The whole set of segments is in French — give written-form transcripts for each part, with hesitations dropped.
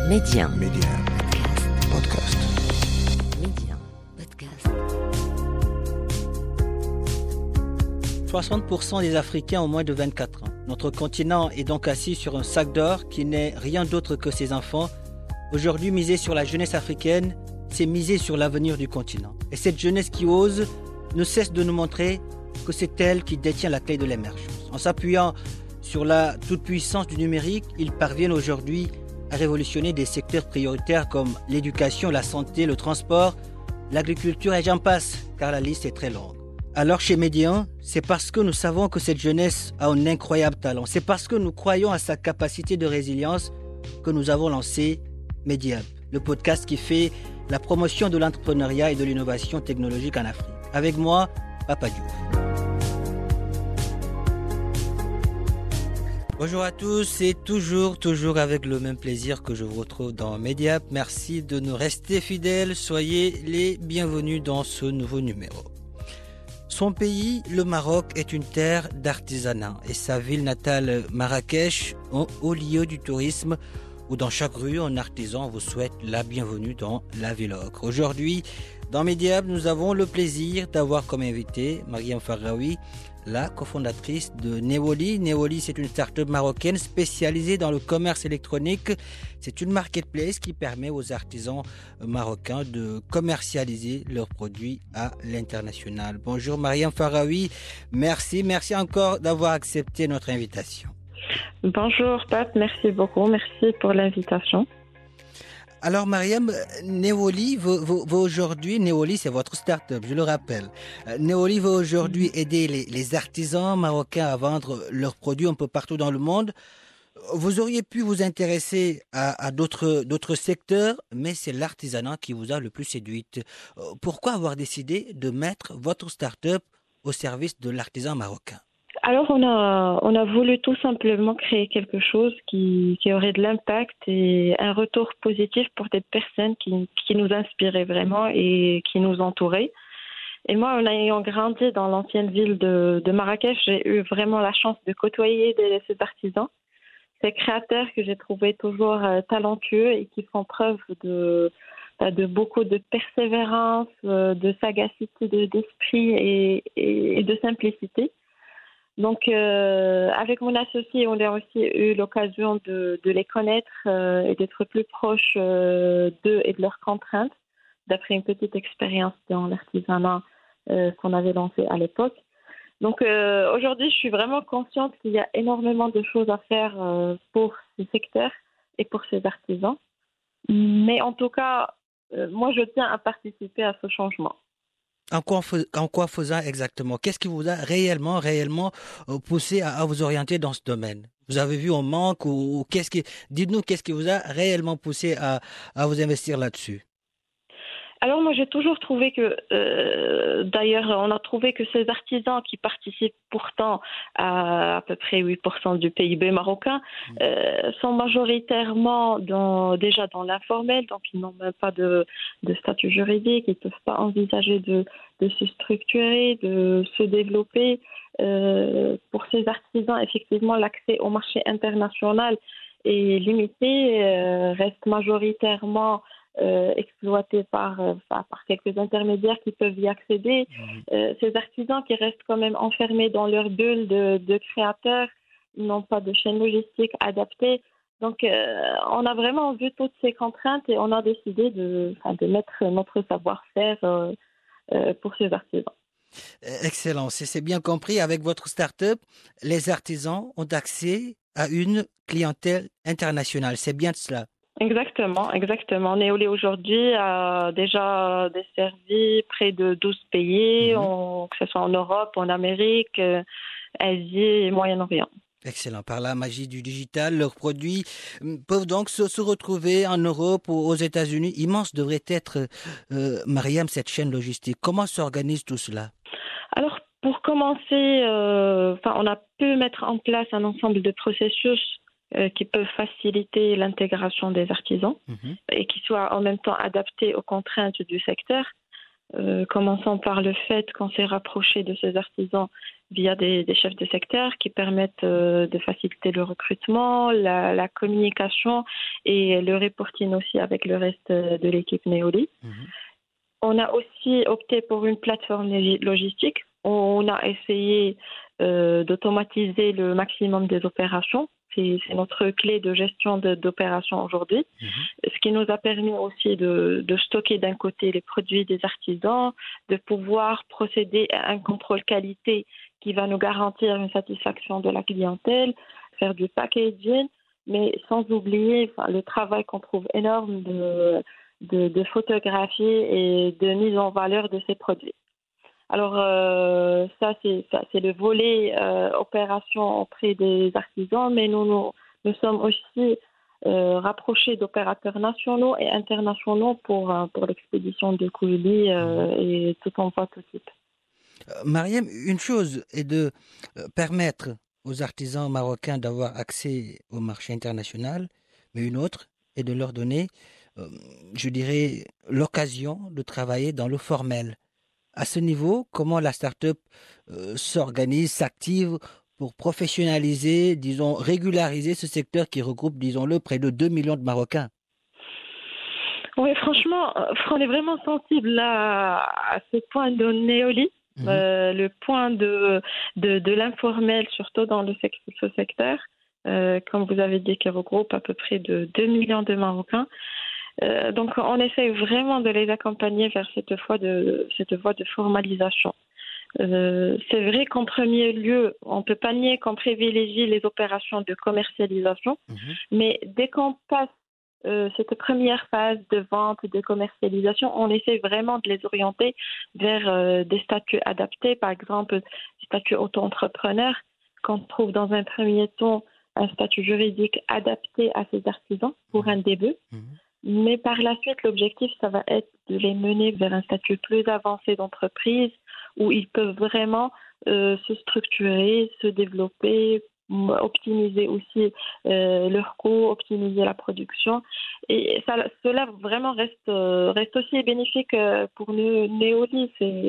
Média. Podcast. Média. Podcast. 60% des Africains ont moins de 24 ans. Notre continent est donc assis sur un sac d'or qui n'est rien d'autre que ses enfants. Aujourd'hui, miser sur la jeunesse africaine, c'est miser sur l'avenir du continent. Et cette jeunesse qui ose ne cesse de nous montrer que c'est elle qui détient la clé de l'émergence. En s'appuyant sur la toute-puissance du numérique, ils parviennent aujourd'hui à révolutionner des secteurs prioritaires comme l'éducation, la santé, le transport, l'agriculture et j'en passe, car la liste est très longue. Alors chez Média, c'est parce que nous savons que cette jeunesse a un incroyable talent, c'est parce que nous croyons à sa capacité de résilience que nous avons lancé Média, le podcast qui fait la promotion de l'entrepreneuriat et de l'innovation technologique en Afrique. Avec moi, Papa Diouf. Bonjour à tous, c'est toujours avec le même plaisir que je vous retrouve dans Mediap. Merci de nous rester fidèles, soyez les bienvenus dans ce nouveau numéro. Son pays, le Maroc, est une terre d'artisanat et sa ville natale, Marrakech, un haut lieu du tourisme où dans chaque rue, un artisan vous souhaite la bienvenue dans la ville ocre. Aujourd'hui, dans Mediap, nous avons le plaisir d'avoir comme invité Mariam Farraoui, la cofondatrice de Newoli. Newoli, c'est une start-up marocaine spécialisée dans le commerce électronique. C'est une marketplace qui permet aux artisans marocains de commercialiser leurs produits à l'international. Bonjour Mariam Farraoui, merci encore d'avoir accepté notre invitation. Bonjour Pat, merci beaucoup, merci pour l'invitation. Alors Mariam, Newoli veut aujourd'hui, Newoli c'est votre start-up, je le rappelle. Newoli veut aujourd'hui aider les artisans marocains à vendre leurs produits un peu partout dans le monde. Vous auriez pu vous intéresser à d'autres secteurs, mais c'est l'artisanat qui vous a le plus séduite. Pourquoi avoir décidé de mettre votre start-up au service de l'artisan marocain ? Alors, on a voulu tout simplement créer quelque chose qui aurait de l'impact et un retour positif pour des personnes qui nous inspiraient vraiment et qui nous entouraient. Et moi, en ayant grandi dans l'ancienne ville de Marrakech, j'ai eu vraiment la chance de côtoyer ces artisans, ces créateurs que j'ai trouvés toujours talentueux et qui font preuve de beaucoup de persévérance, de sagacité d'esprit et de simplicité. Donc, avec mon associé, on a aussi eu l'occasion de les connaître et d'être plus proches d'eux et de leurs contraintes, d'après une petite expérience dans l'artisanat qu'on avait lancé à l'époque. Donc, aujourd'hui, je suis vraiment consciente qu'il y a énormément de choses à faire pour ces secteurs et pour ces artisans. Mais en tout cas, moi, je tiens à participer à ce changement. En quoi faisant exactement ? Qu'est-ce qui vous a réellement poussé à vous orienter dans ce domaine ? Vous avez vu un manque ou dites-nous qu'est-ce qui vous a réellement poussé à vous investir là-dessus ? Alors moi j'ai toujours trouvé que, d'ailleurs on a trouvé que ces artisans qui participent pourtant à peu près 8% du PIB marocain sont majoritairement déjà dans l'informel, donc ils n'ont même pas de statut juridique, ils ne peuvent pas envisager de se structurer, de se développer. Pour ces artisans, effectivement l'accès au marché international est limité, reste majoritairement exploités par quelques intermédiaires qui peuvent y accéder. Ces artisans qui restent quand même enfermés dans leur bulle de créateurs, ils n'ont pas de chaîne logistique adaptée. Donc, on a vraiment vu toutes ces contraintes et on a décidé de mettre notre savoir-faire pour ces artisans. Excellent, c'est bien compris. Avec votre start-up, les artisans ont accès à une clientèle internationale. C'est bien de cela. Exactement. Newoli aujourd'hui a déjà desservi près de 12 pays, que ce soit en Europe, en Amérique, Asie et Moyen-Orient. Excellent. Par la magie du digital, leurs produits peuvent donc se retrouver en Europe ou aux États-Unis. Immense devrait être, Mariam, cette chaîne logistique. Comment s'organise tout cela ? Alors, pour commencer, on a pu mettre en place un ensemble de processus qui peuvent faciliter l'intégration des artisans et qui soient en même temps adaptés aux contraintes du secteur. Commençons par le fait qu'on s'est rapproché de ces artisans via des chefs de secteur qui permettent de faciliter le recrutement, la communication et le reporting aussi avec le reste de l'équipe Neoli. On a aussi opté pour une plateforme logistique. On a essayé d'automatiser le maximum des opérations. C'est notre clé de gestion d'opérations aujourd'hui. Ce qui nous a permis aussi de stocker d'un côté les produits des artisans, de pouvoir procéder à un contrôle qualité qui va nous garantir une satisfaction de la clientèle, faire du packaging, mais sans oublier le travail qu'on trouve énorme de photographie et de mise en valeur de ces produits. Alors, ça, c'est le volet opération auprès des artisans, mais nous sommes aussi rapprochés d'opérateurs nationaux et internationaux pour l'expédition de colis et tout envoi tout type. Mariam, une chose est de permettre aux artisans marocains d'avoir accès au marché international, mais une autre est de leur donner, je dirais, l'occasion de travailler dans le formel. À ce niveau, comment la start-up s'organise, s'active pour professionnaliser, disons, régulariser ce secteur qui regroupe, disons-le, près de 2 millions de Marocains? Oui, franchement, on est vraiment sensible là, à ce point de Neoli, le point de l'informel, surtout dans ce secteur, comme vous avez dit, qui regroupe à peu près de 2 millions de Marocains. Donc, on essaie vraiment de les accompagner vers cette voie de formalisation. C'est vrai qu'en premier lieu, on ne peut pas nier qu'on privilégie les opérations de commercialisation, mais dès qu'on passe cette première phase de vente, de commercialisation, on essaie vraiment de les orienter vers des statuts adaptés, par exemple, des statuts auto-entrepreneurs, qu'on trouve dans un premier temps un statut juridique adapté à ces artisans pour un début. Mais par la suite, l'objectif, ça va être de les mener vers un statut plus avancé d'entreprise où ils peuvent vraiment se structurer, se développer, optimiser aussi leurs coûts, optimiser la production. Et cela vraiment reste aussi bénéfique pour Neoli.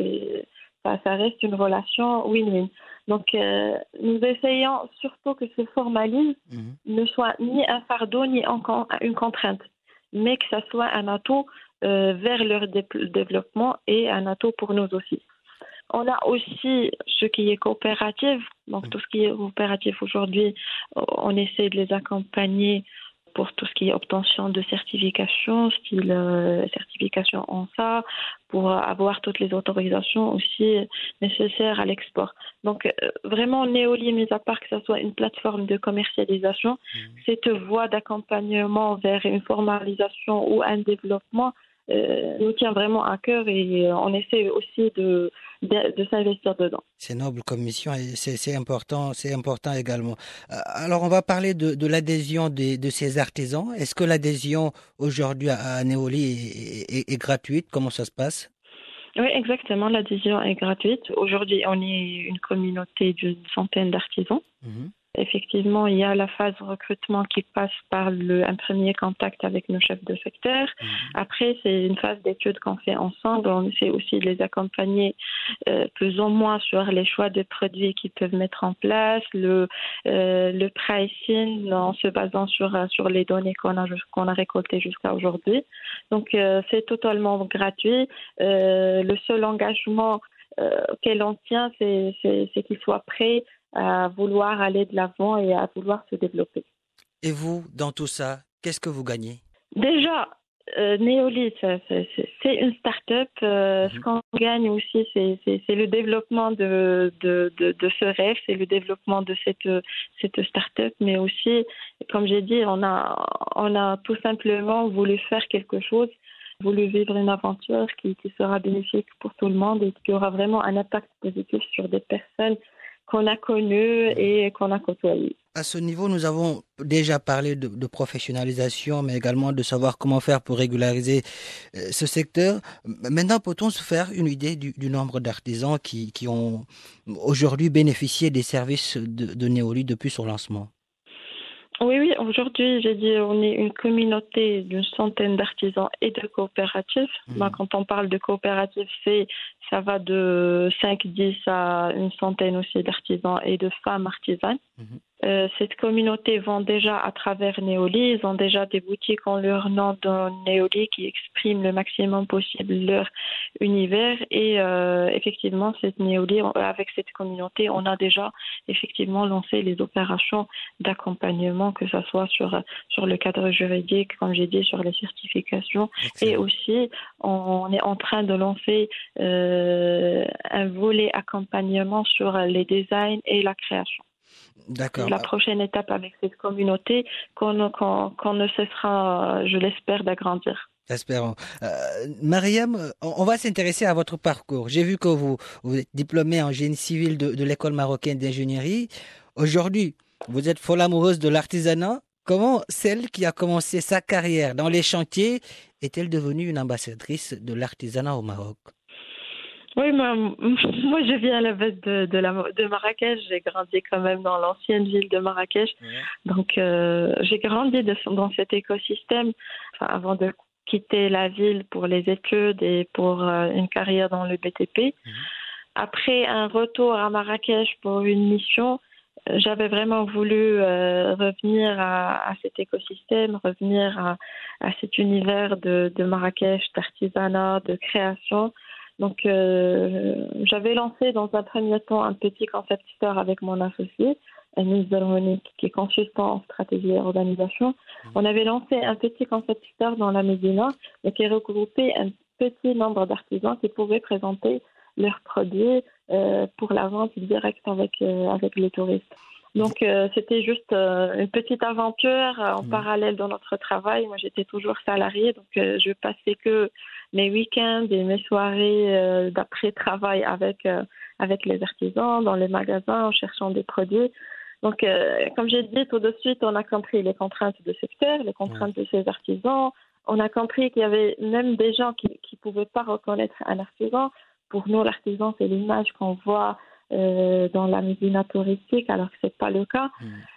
Ça reste une relation win-win. Donc, nous essayons surtout que ce formalisme ne soit ni un fardeau ni une contrainte, mais que ça soit un atout vers leur développement et un atout pour nous aussi. On a aussi ce qui est coopératif. Donc, tout ce qui est coopératif aujourd'hui, on essaie de les accompagner pour tout ce qui est obtention de certification, style certification ANSA, pour avoir toutes les autorisations aussi nécessaires à l'export. Donc, vraiment, Neoli, mis à part que ce soit une plateforme de commercialisation, cette voie d'accompagnement vers une formalisation ou un développement nous tient vraiment à cœur et on essaie aussi de s'investir dedans. C'est noble comme mission et c'est important également. Alors, on va parler de l'adhésion de ces artisans. Est-ce que l'adhésion aujourd'hui à Neoli est gratuite? Comment ça se passe? Oui, exactement. L'adhésion est gratuite. Aujourd'hui, on est une communauté d'une centaine d'artisans. Effectivement, il y a la phase recrutement qui passe par un premier contact avec nos chefs de secteur. Après, c'est une phase d'études qu'on fait ensemble. On essaie aussi de les accompagner plus ou moins sur les choix de produits qu'ils peuvent mettre en place, le pricing en se basant sur les données qu'on a récoltées jusqu'à aujourd'hui. Donc, c'est totalement gratuit. Le seul engagement auquel on tient, c'est qu'ils soient prêts à vouloir aller de l'avant et à vouloir se développer. Et vous, dans tout ça, qu'est-ce que vous gagnez? Déjà, Neoli, c'est une start-up. Ce qu'on gagne aussi, c'est le développement de ce rêve, c'est le développement de cette start-up, mais aussi, comme j'ai dit, on a tout simplement voulu faire quelque chose, voulu vivre une aventure qui sera bénéfique pour tout le monde et qui aura vraiment un impact positif sur des personnes qu'on a connues et qu'on a côtoyées. À ce niveau, nous avons déjà parlé de professionnalisation, mais également de savoir comment faire pour régulariser ce secteur. Maintenant, peut-on se faire une idée du nombre d'artisans qui ont aujourd'hui bénéficié des services de Neoli depuis son lancement? Oui, aujourd'hui, j'ai dit, on est une communauté d'une centaine d'artisans et de coopératives. Ben, quand on parle de coopératives, ça va de 5-10 à une centaine aussi d'artisans et de femmes artisanes. Cette communauté vend déjà à travers Neoli. Ils ont déjà des boutiques en leur nom de Neoli qui expriment le maximum possible leur univers. Et effectivement, cette Neoli, avec cette communauté, on a déjà effectivement lancé les opérations d'accompagnement, que ce soit sur le cadre juridique, comme j'ai dit, sur les certifications. Excellent. Et aussi, on est en train de lancer un volet accompagnement sur les designs et la création. D'accord. C'est la prochaine étape avec cette communauté qu'on ne cessera, je l'espère, d'agrandir. Espérons. Mariam, on va s'intéresser à votre parcours. J'ai vu que vous êtes diplômée en génie civil de l'école marocaine d'ingénierie. Aujourd'hui, vous êtes folle amoureuse de l'artisanat. Comment celle qui a commencé sa carrière dans les chantiers est-elle devenue une ambassadrice de l'artisanat au Maroc? Oui, moi je viens à la base de Marrakech. J'ai grandi quand même dans l'ancienne ville de Marrakech. Donc j'ai grandi dans cet écosystème avant de quitter la ville pour les études et pour une carrière dans le BTP. Après un retour à Marrakech pour une mission, j'avais vraiment voulu revenir à cet écosystème, revenir à cet univers de Marrakech, d'artisanat, de création. Donc, j'avais lancé dans un premier temps un petit concept store avec mon associé, Anis Zalrouni, qui est consultant en stratégie et organisation. On avait lancé un petit concept store dans la Médina, qui regroupait un petit nombre d'artisans qui pouvaient présenter leurs produits pour la vente directe avec les touristes. Donc, c'était juste une petite aventure en parallèle de notre travail. Moi, j'étais toujours salariée, donc je passais que mes week-ends et mes soirées d'après-travail avec les artisans, dans les magasins, en cherchant des produits. Donc, comme j'ai dit tout de suite, on a compris les contraintes de secteur, les contraintes de ces artisans. On a compris qu'il y avait même des gens qui ne pouvaient pas reconnaître un artisan. Pour nous, l'artisan, c'est l'image qu'on voit dans la médina touristique, alors que ce n'est pas le cas.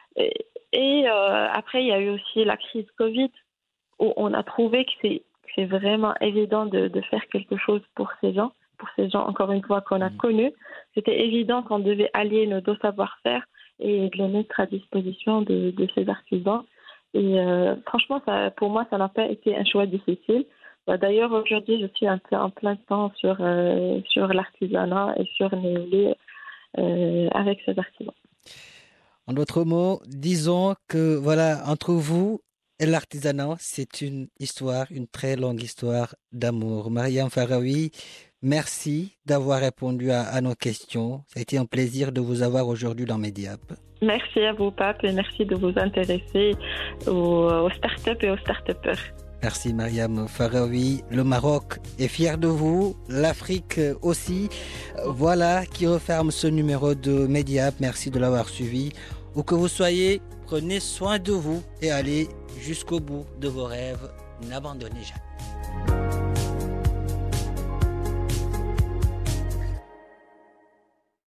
Et après, il y a eu aussi la crise Covid, où on a trouvé que c'est vraiment évident de faire quelque chose pour ces gens, encore une fois, qu'on a connus. C'était évident qu'on devait allier nos deux savoir-faire et de les mettre à disposition de ces artisans. Et franchement, pour moi, ça n'a pas été un choix difficile. D'ailleurs, aujourd'hui, je suis un peu en plein temps sur l'artisanat et sur Neoli avec ces artisans. En d'autres mots, disons que voilà, entre vous et l'artisanat, c'est une histoire, une très longue histoire d'amour. Mariam Faraoui, merci d'avoir répondu à nos questions. Ça a été un plaisir de vous avoir aujourd'hui dans Mediap. Merci à vous, Pape, et merci de vous intéresser aux startups et aux start-upers. Merci Mariam Faraoui. Le Maroc est fier de vous, l'Afrique aussi. Voilà qui referme ce numéro de Mediap. Merci de l'avoir suivi. Où que vous soyez, prenez soin de vous et allez jusqu'au bout de vos rêves. N'abandonnez jamais.